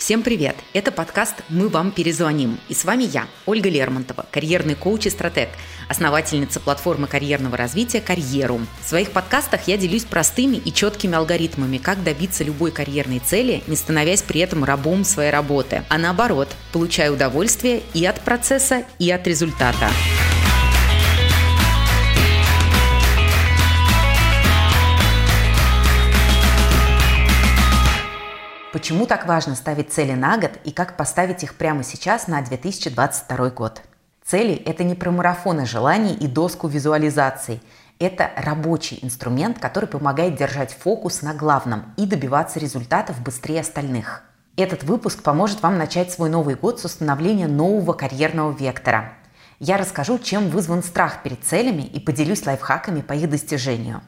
Всем привет! Это подкаст «Мы вам перезвоним». И с вами я, Ольга Лермонтова, карьерный коуч и стратег, основательница платформы карьерного развития «Карьерум». В своих подкастах я делюсь простыми и четкими алгоритмами, как добиться любой карьерной цели, не становясь при этом рабом своей работы, а наоборот, получая удовольствие и от процесса, и от результата. Почему так важно ставить цели на год и как поставить их прямо сейчас на 2022 год? Цели – это не про марафоны желаний и доску визуализаций. Это рабочий инструмент, который помогает держать фокус на главном и добиваться результатов быстрее остальных. Этот выпуск поможет вам начать свой Новый год с установления нового карьерного вектора. Я расскажу, чем вызван страх перед целями и поделюсь лайфхаками по их достижению.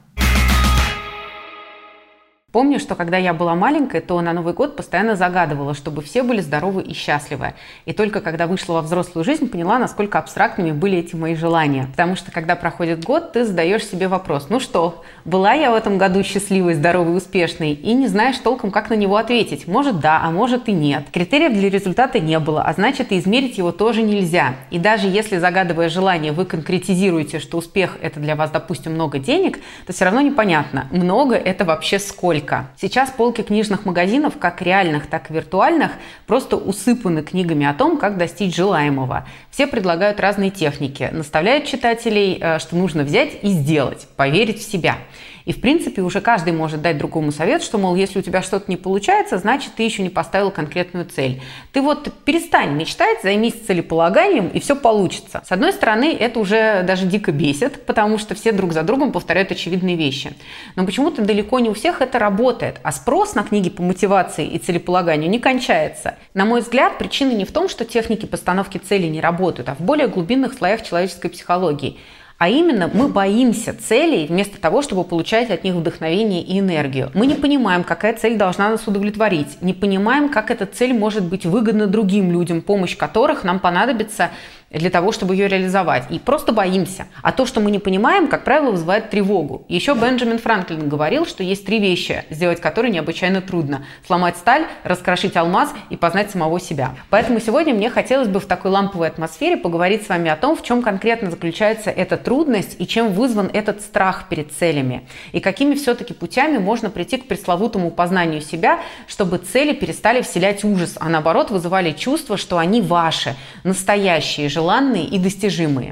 Помню, что когда я была маленькой, то на Новый год постоянно загадывала, чтобы все были здоровы и счастливы. И только когда вышла во взрослую жизнь, поняла, насколько абстрактными были эти мои желания. Потому что, когда проходит год, ты задаешь себе вопрос: ну что, была я в этом году счастливой, здоровой, успешной? И не знаешь толком, как на него ответить. Может да, а может и нет. Критериев для результата не было, а значит, и измерить его тоже нельзя. И даже если, загадывая желание, вы конкретизируете, что успех – это для вас, допустим, много денег, то все равно непонятно, много это вообще сколько. Сейчас полки книжных магазинов, как реальных, так и виртуальных, просто усыпаны книгами о том, как достичь желаемого. Все предлагают разные техники, наставляют читателей, что нужно взять и сделать, поверить в себя. И, в принципе, уже каждый может дать другому совет, что, мол, если у тебя что-то не получается, значит, ты еще не поставил конкретную цель. Ты вот перестань мечтать, займись целеполаганием, и все получится. С одной стороны, это уже даже дико бесит, потому что все друг за другом повторяют очевидные вещи. Но почему-то далеко не у всех это работает, а спрос на книги по мотивации и целеполаганию не кончается. На мой взгляд, причина не в том, что техники постановки целей не работают, а в более глубинных слоях человеческой психологии. А именно, мы боимся целей вместо того, чтобы получать от них вдохновение и энергию. Мы не понимаем, какая цель должна нас удовлетворить, не понимаем, как эта цель может быть выгодна другим людям, помощь которых нам понадобится для того, чтобы ее реализовать. И просто боимся. А то, что мы не понимаем, как правило, вызывает тревогу. Еще Бенджамин Франклин говорил, что есть 3 вещи, сделать которые необычайно трудно: сломать сталь, раскрошить алмаз и познать самого себя. Поэтому сегодня мне хотелось бы в такой ламповой атмосфере поговорить с вами о том, в чем конкретно заключается эта трудность и чем вызван этот страх перед целями. И какими все-таки путями можно прийти к пресловутому познанию себя, чтобы цели перестали вселять ужас, а наоборот вызывали чувство, что они ваши, настоящие, желанные и достижимые.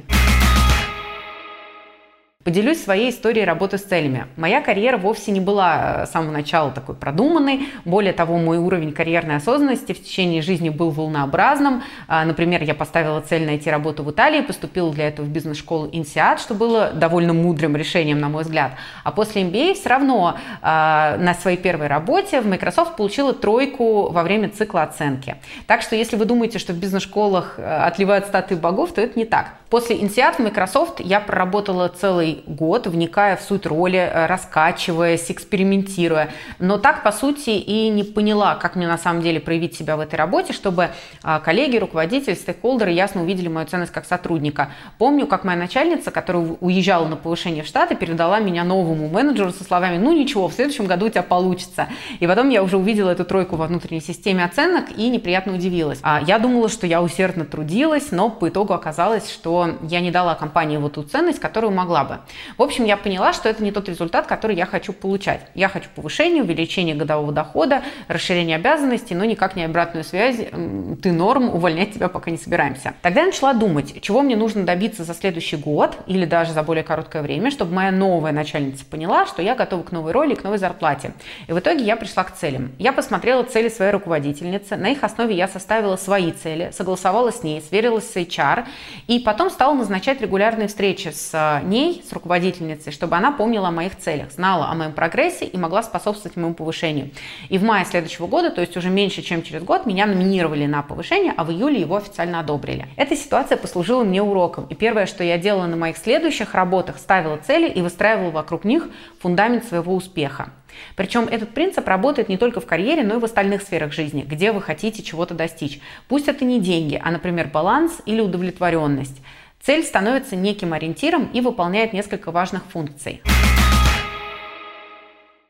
Поделюсь своей историей работы с целями. Моя карьера вовсе не была с самого начала такой продуманной. Более того, мой уровень карьерной осознанности в течение жизни был волнообразным. Например, я поставила цель найти работу в Италии, поступила для этого в бизнес-школу INSEAD, что было довольно мудрым решением, на мой взгляд. А после MBA все равно на своей первой работе в Microsoft получила 3 во время цикла оценки. Так что, если вы думаете, что в бизнес-школах отливают статуи богов, то это не так. После INSEAD в Microsoft я проработала целый год, вникая в суть роли, раскачиваясь, экспериментируя. Но так, по сути, и не поняла, как мне на самом деле проявить себя в этой работе, чтобы коллеги, руководители, стейкхолдеры ясно увидели мою ценность как сотрудника. Помню, как моя начальница, которая уезжала на повышение в Штаты, передала меня новому менеджеру со словами: ну ничего, в следующем году у тебя получится. И потом я уже увидела эту 3 во внутренней системе оценок и неприятно удивилась. Я думала, что я усердно трудилась, но по итогу оказалось, что я не дала компании вот ту ценность, которую могла бы. В общем, я поняла, что это не тот результат, который я хочу получать. Я хочу повышения, увеличения годового дохода, расширения обязанностей, но никак не обратную связь: ты норм, увольнять тебя пока не собираемся. Тогда я начала думать, чего мне нужно добиться за следующий год или даже за более короткое время, чтобы моя новая начальница поняла, что я готова к новой роли, к новой зарплате. И в итоге я пришла к целям. Я посмотрела цели своей руководительницы, на их основе я составила свои цели, согласовала с ней, сверилась с HR, и потом стала назначать регулярные встречи с ней, с руководительницей, чтобы она помнила о моих целях, знала о моем прогрессе и могла способствовать моему повышению. И в мае следующего года, то есть уже меньше, чем через год, меня номинировали на повышение, а в июле его официально одобрили. Эта ситуация послужила мне уроком. И первое, что я делала на моих следующих работах, ставила цели и выстраивала вокруг них фундамент своего успеха. Причем этот принцип работает не только в карьере, но и в остальных сферах жизни, где вы хотите чего-то достичь. Пусть это не деньги, а, например, баланс или удовлетворенность. Цель становится неким ориентиром и выполняет несколько важных функций.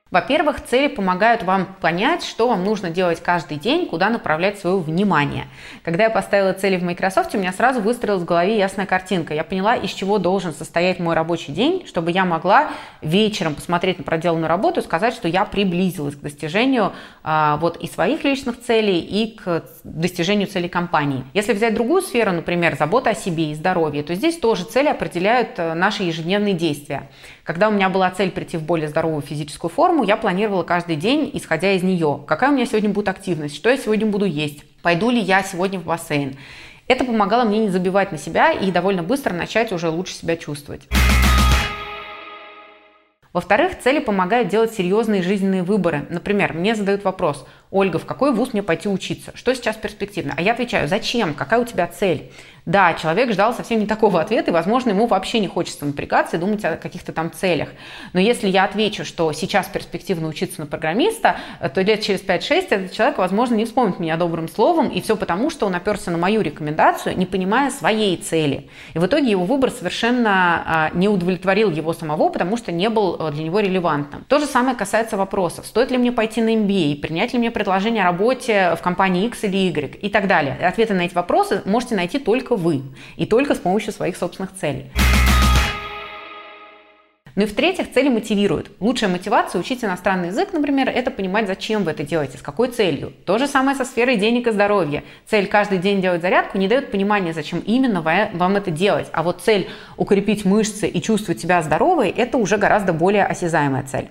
Во-первых, цели помогают вам понять, что вам нужно делать каждый день, куда направлять свое внимание. Когда я поставила цели в Microsoft, у меня сразу выстроилась в голове ясная картинка. Я поняла, из чего должен состоять мой рабочий день, чтобы я могла вечером посмотреть на проделанную работу и сказать, что я приблизилась к достижению и своих личных целей, и к достижению целей компании. Если взять другую сферу, например, забота о себе и здоровье, то здесь тоже цели определяют наши ежедневные действия. Когда у меня была цель прийти в более здоровую физическую форму, я планировала каждый день, исходя из нее. Какая у меня сегодня будет активность, что я сегодня буду есть, пойду ли я сегодня в бассейн. Это помогало мне не забивать на себя и довольно быстро начать уже лучше себя чувствовать. Во-вторых, цели помогают делать серьезные жизненные выборы. Например, мне задают вопрос: Ольга, в какой вуз мне пойти учиться? Что сейчас перспективно? А я отвечаю: зачем? Какая у тебя цель? Да, человек ждал совсем не такого ответа, и, возможно, ему вообще не хочется напрягаться и думать о каких-то там целях. Но если я отвечу, что сейчас перспективно учиться на программиста, то лет через 5-6 этот человек, возможно, не вспомнит меня добрым словом, и все потому, что он оперся на мою рекомендацию, не понимая своей цели. И в итоге его выбор совершенно не удовлетворил его самого, потому что не был для него релевантным. То же самое касается вопросов: стоит ли мне пойти на MBA, принять ли мне предложение о работе в компании X или Y и так далее. Ответы на эти вопросы можете найти только вы и только с помощью своих собственных целей. Ну и в-третьих, цели мотивируют. Лучшая мотивация учить иностранный язык, например, это понимать, зачем вы это делаете, с какой целью. То же самое со сферой денег и здоровья. Цель каждый день делать зарядку не дает понимания, зачем именно вам это делать. А вот цель укрепить мышцы и чувствовать себя здоровой – это уже гораздо более осязаемая цель.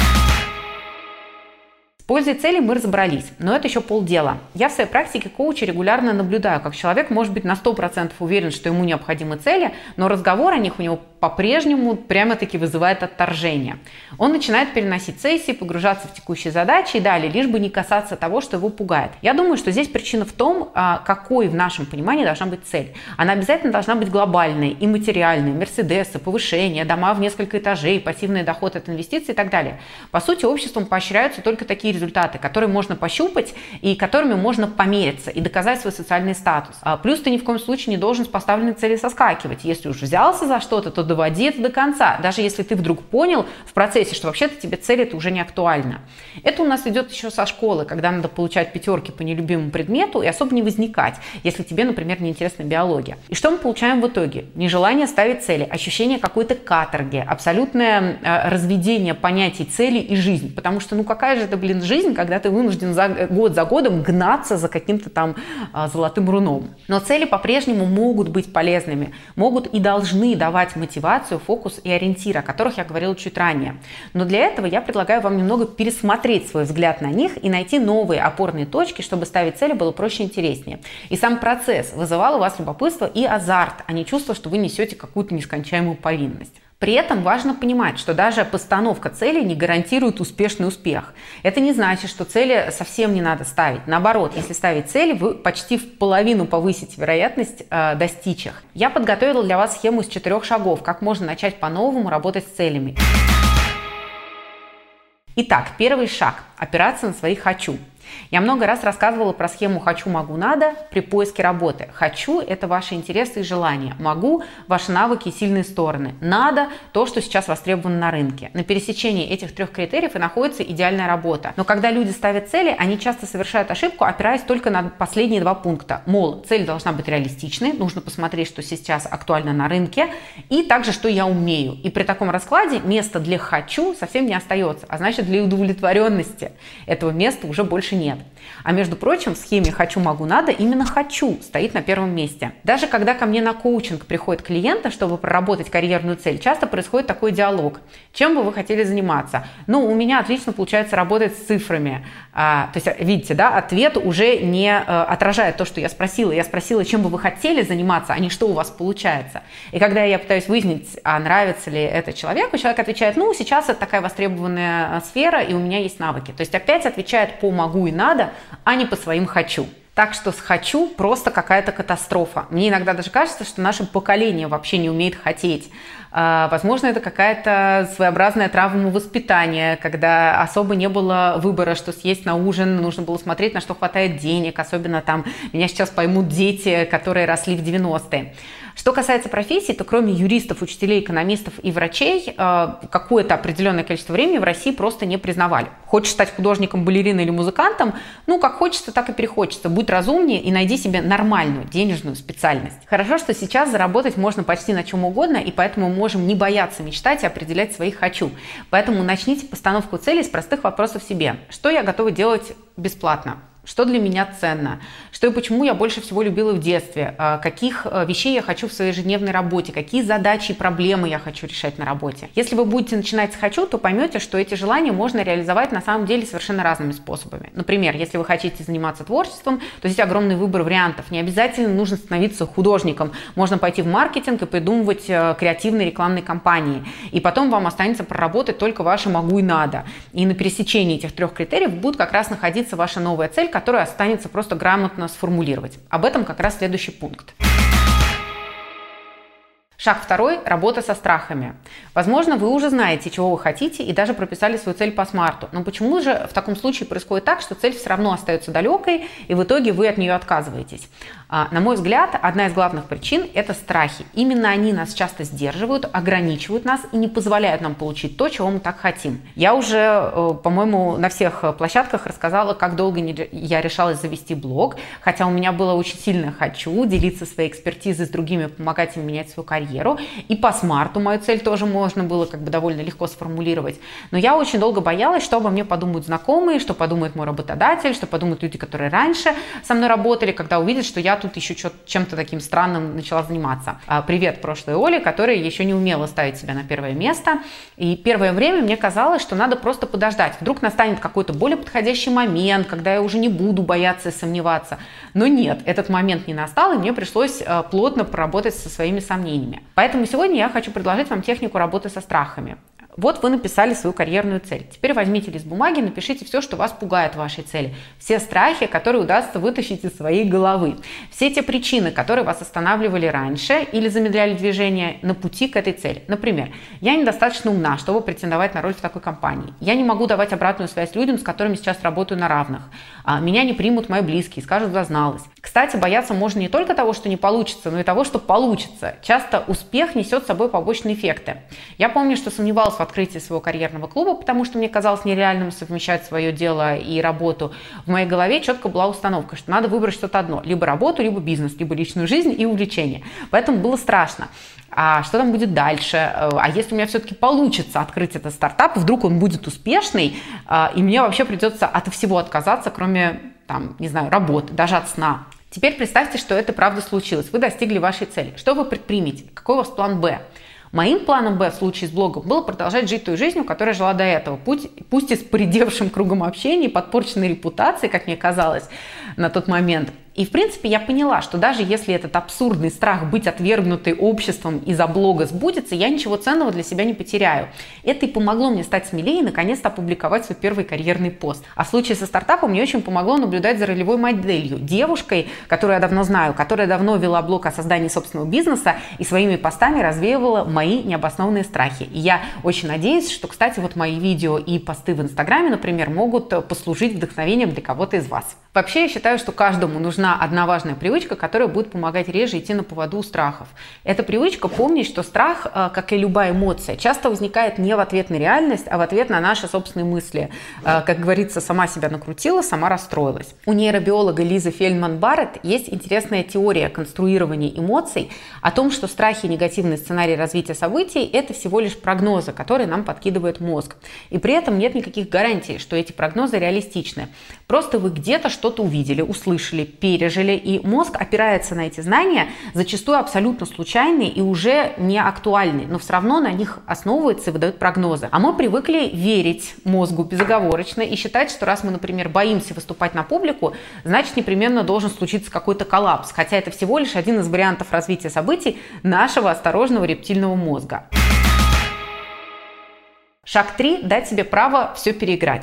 С пользой цели мы разобрались, но это еще полдела. Я в своей практике коуча регулярно наблюдаю, как человек может быть на 100% уверен, что ему необходимы цели, но разговор о них у него по-прежнему прямо-таки вызывает отторжение. Он начинает переносить сессии, погружаться в текущие задачи и далее, лишь бы не касаться того, что его пугает. Я думаю, что здесь причина в том, какой в нашем понимании должна быть цель. Она обязательно должна быть глобальной и материальной: мерседесы, повышение, дома в несколько этажей, пассивный доход от инвестиций и так далее. По сути, обществом поощряются только такие результаты, которые можно пощупать и которыми можно помериться и доказать свой социальный статус. Плюс ты ни в коем случае не должен с поставленной цели соскакивать. Если уж взялся за что-то, то доводи это до конца, даже если ты вдруг понял в процессе, что вообще-то тебе цель это уже не актуальна. Это у нас идет еще со школы, когда надо получать пятерки по нелюбимому предмету и особо не возникать, если тебе, например, неинтересна биология. И что мы получаем в итоге? Нежелание ставить цели, ощущение какой-то каторги, абсолютное разведение понятий цели и жизни, потому что какая же это, жизнь, когда ты вынужден год за годом гнаться за каким-то там золотым руном. Но цели по-прежнему могут быть полезными, могут и должны давать мотивацию, фокус и ориентир, о которых я говорила чуть ранее. Но для этого я предлагаю вам немного пересмотреть свой взгляд на них и найти новые опорные точки, чтобы ставить цели было проще и интереснее. И сам процесс вызывал у вас любопытство и азарт, а не чувство, что вы несете какую-то нескончаемую повинность. При этом важно понимать, что даже постановка целей не гарантирует успешный успех. Это не значит, что цели совсем не надо ставить. Наоборот, если ставить цели, вы почти в половину повысите вероятность достичь их. Я подготовила для вас схему из 4 шагов, как можно начать по-новому работать с целями. Итак, первый шаг – опираться на свои «хочу». Я много раз рассказывала про схему «хочу, могу, надо» при поиске работы. «Хочу» – это ваши интересы и желания. «Могу» – ваши навыки и сильные стороны. «Надо» – то, что сейчас востребовано на рынке. На пересечении этих 3 критериев и находится идеальная работа. Но когда люди ставят цели, они часто совершают ошибку, опираясь только на последние 2 пункта. Мол, цель должна быть реалистичной, нужно посмотреть, что сейчас актуально на рынке, и также, что я умею. И при таком раскладе места для «хочу» совсем не остается, а значит, для удовлетворенности этого места уже больше нет. А между прочим, в схеме «хочу, могу, надо» именно «хочу» стоит на первом месте. Даже когда ко мне на коучинг приходят клиенты, чтобы проработать карьерную цель, часто происходит такой диалог. Чем бы вы хотели заниматься? У меня отлично получается работать с цифрами. То есть, видите, да, ответ уже не отражает то, что я спросила. Я спросила, чем бы вы хотели заниматься, а не что у вас получается. И когда я пытаюсь выяснить, а нравится ли это человеку, человек отвечает: сейчас это такая востребованная сфера, и у меня есть навыки. То есть опять отвечает по «могу» и «надо», а не по своим «хочу». Так что с «хочу» просто какая-то катастрофа. Мне иногда даже кажется, что наше поколение вообще не умеет хотеть. Возможно, это какая-то своеобразная травма воспитания, когда особо не было выбора, что съесть на ужин, нужно было смотреть, на что хватает денег. Особенно меня сейчас поймут дети, которые росли в 90-е. Что касается профессий, то кроме юристов, учителей, экономистов и врачей, какое-то определенное количество времени в России просто не признавали. Хочешь стать художником, балериной или музыкантом, ну, как хочется, так и перехочется. Будь разумнее и найди себе нормальную денежную специальность. Хорошо, что сейчас заработать можно почти на чем угодно, и поэтому мы можем не бояться мечтать и определять свои «хочу». Поэтому начните постановку целей с простых вопросов себе. Что я готова делать бесплатно? Что для меня ценно, что и почему я больше всего любила в детстве, каких вещей я хочу в своей ежедневной работе, какие задачи и проблемы я хочу решать на работе. Если вы будете начинать с «хочу», то поймете, что эти желания можно реализовать на самом деле совершенно разными способами. Например, если вы хотите заниматься творчеством, то здесь огромный выбор вариантов. Не обязательно нужно становиться художником. Можно пойти в маркетинг и придумывать креативные рекламные кампании. И потом вам останется проработать только ваше «могу» и «надо». И на пересечении этих трех критериев будет как раз находиться ваша новая цель, которую останется просто грамотно сформулировать. Об этом как раз следующий пункт. Шаг второй – работа со страхами. Возможно, вы уже знаете, чего вы хотите и даже прописали свою цель по смарту. Но почему же в таком случае происходит так, что цель все равно остается далекой, и в итоге вы от нее отказываетесь? На мой взгляд, одна из главных причин – это страхи. Именно они нас часто сдерживают, ограничивают нас и не позволяют нам получить то, чего мы так хотим. Я уже, по-моему, на всех площадках рассказала, как долго я решалась завести блог, хотя у меня было очень сильное «хочу» делиться своей экспертизой с другими, помогать им менять свою карьеру. И по смарту мою цель тоже можно было довольно легко сформулировать. Но я очень долго боялась, что обо мне подумают знакомые, что подумает мой работодатель, что подумают люди, которые раньше со мной работали, когда увидят, что я тут еще чем-то таким странным начала заниматься. Привет прошлой Оле, которая еще не умела ставить себя на первое место. И первое время мне казалось, что надо просто подождать. Вдруг настанет какой-то более подходящий момент, когда я уже не буду бояться и сомневаться. Но нет, этот момент не настал, и мне пришлось плотно поработать со своими сомнениями. Поэтому сегодня я хочу предложить вам технику работы со страхами. Вот вы написали свою карьерную цель. Теперь возьмите лист бумаги, напишите все, что вас пугает в вашей цели. Все страхи, которые удастся вытащить из своей головы. Все те причины, которые вас останавливали раньше или замедляли движение на пути к этой цели. Например, я недостаточно умна, чтобы претендовать на роль в такой компании. Я не могу давать обратную связь людям, с которыми сейчас работаю на равных. Меня не примут мои близкие, скажут «зазналась». Кстати, бояться можно не только того, что не получится, но и того, что получится. Часто успех несет с собой побочные эффекты. Я помню, что сомневалась в открытии своего карьерного клуба, потому что мне казалось нереальным совмещать свое дело и работу. В моей голове четко была установка, что надо выбрать что-то одно. Либо работу, либо бизнес, либо личную жизнь и увлечение. Поэтому было страшно. А что там будет дальше? А если у меня все-таки получится открыть этот стартап, вдруг он будет успешный, и мне вообще придется от всего отказаться, кроме, не знаю, работы, даже от сна. Теперь представьте, что это правда случилось. Вы достигли вашей цели. Что вы предпримете? Какой у вас план «Б»? Моим планом «Б» в случае с блогом было продолжать жить той жизнью, которой жила до этого. Пусть и с поредевшим кругом общения, подпорченной репутацией, как мне казалось на тот момент. И, в принципе, я поняла, что даже если этот абсурдный страх быть отвергнутой обществом из-за блога сбудется, я ничего ценного для себя не потеряю. Это и помогло мне стать смелее и, наконец-то, опубликовать свой первый карьерный пост. А в случае со стартапом мне очень помогло наблюдать за ролевой моделью. Девушкой, которую я давно знаю, которая давно вела блог о создании собственного бизнеса и своими постами развеивала мои необоснованные страхи. И я очень надеюсь, что, кстати, вот мои видео и посты в Инстаграме, например, могут послужить вдохновением для кого-то из вас. Вообще, я считаю, что каждому нужна одна важная привычка, которая будет помогать реже идти на поводу у страхов. Эта привычка — помнить, что страх, как и любая эмоция, часто возникает не в ответ на реальность, а в ответ на наши собственные мысли. Как говорится, сама себя накрутила, сама расстроилась. У нейробиолога Лизы Фельдман-Барретт есть интересная теория конструирования эмоций о том, что страхи и негативный сценарий развития событий — это всего лишь прогнозы, которые нам подкидывает мозг. И при этом нет никаких гарантий, что эти прогнозы реалистичны. Просто вы где-то что-то увидели, услышали, пережили, и мозг опирается на эти знания, зачастую абсолютно случайные и уже не актуальные, но все равно на них основывается и выдает прогнозы. А мы привыкли верить мозгу безоговорочно и считать, что раз мы, например, боимся выступать на публику, значит, непременно должен случиться какой-то коллапс, хотя это всего лишь один из вариантов развития событий нашего осторожного рептильного мозга. Шаг 3. Дать себе право все переиграть.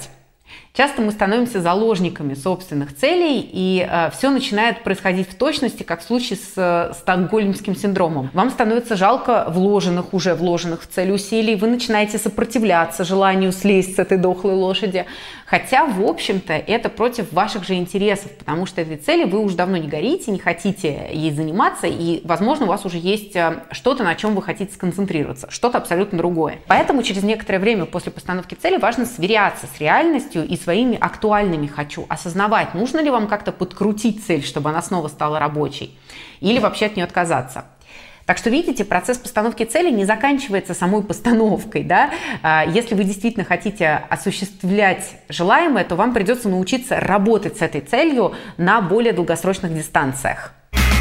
Часто мы становимся заложниками собственных целей, и все начинает происходить в точности, как в случае с стокгольмским синдромом. Вам становится жалко уже вложенных в цель усилий, вы начинаете сопротивляться желанию слезть с этой дохлой лошади, хотя, в общем-то, это против ваших же интересов, потому что этой цели вы уже давно не горите, не хотите ей заниматься, и, возможно, у вас уже есть что-то, на чем вы хотите сконцентрироваться, что-то абсолютно другое. Поэтому через некоторое время после постановки цели важно сверяться с реальностью и своими актуальными «хочу», осознавать, нужно ли вам как-то подкрутить цель, чтобы она снова стала рабочей, или вообще от нее отказаться. Так что, видите, процесс постановки цели не заканчивается самой постановкой. Да? Если вы действительно хотите осуществлять желаемое, то вам придется научиться работать с этой целью на более долгосрочных дистанциях.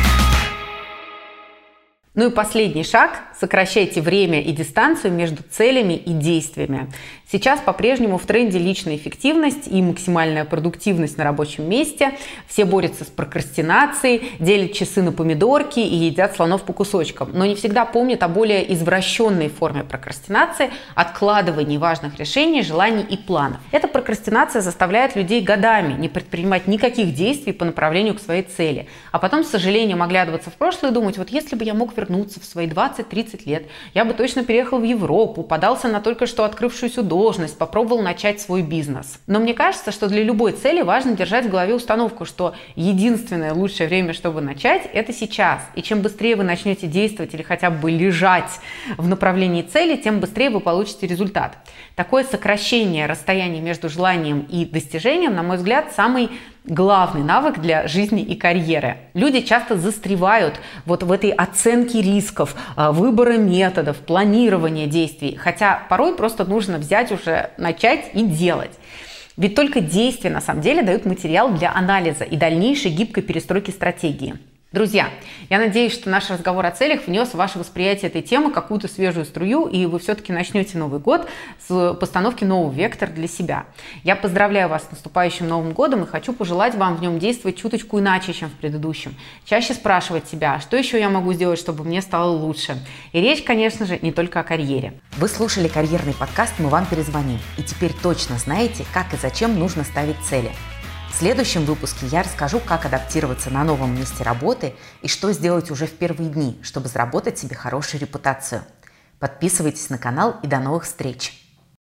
Ну и последний шаг – сокращайте время и дистанцию между целями и действиями. Сейчас по-прежнему в тренде личная эффективность и максимальная продуктивность на рабочем месте. Все борются с прокрастинацией, делят часы на помидорки и едят слонов по кусочкам. Но не всегда помнят о более извращенной форме прокрастинации – откладывании важных решений, желаний и планов. Эта прокрастинация заставляет людей годами не предпринимать никаких действий по направлению к своей цели, а потом с сожалением оглядываться в прошлое и думать, вот если бы я мог вернуться в свои 20-30 лет, я бы точно переехал в Европу, подался на только что открывшуюся должность, попробовал начать свой бизнес. Но мне кажется, что для любой цели важно держать в голове установку, что единственное лучшее время, чтобы начать, это сейчас. И чем быстрее вы начнете действовать или хотя бы лежать в направлении цели, тем быстрее вы получите результат. Такое сокращение расстояния между желанием и достижением, на мой взгляд, самый главный навык для жизни и карьеры. Люди часто застревают вот в этой оценке рисков, выбора методов, планирования действий, хотя порой просто нужно взять уже, начать и делать. Ведь только действия на самом деле дают материал для анализа и дальнейшей гибкой перестройки стратегии. Друзья, я надеюсь, что наш разговор о целях внес в ваше восприятие этой темы какую-то свежую струю, и вы все-таки начнете Новый год с постановки нового вектора для себя. Я поздравляю вас с наступающим Новым годом и хочу пожелать вам в нем действовать чуточку иначе, чем в предыдущем. Чаще спрашивать себя, что еще я могу сделать, чтобы мне стало лучше. И речь, конечно же, не только о карьере. Вы слушали карьерный подкаст «Мы вам перезвоним», и теперь точно знаете, как и зачем нужно ставить цели. В следующем выпуске я расскажу, как адаптироваться на новом месте работы и что сделать уже в первые дни, чтобы заработать себе хорошую репутацию. Подписывайтесь на канал и до новых встреч!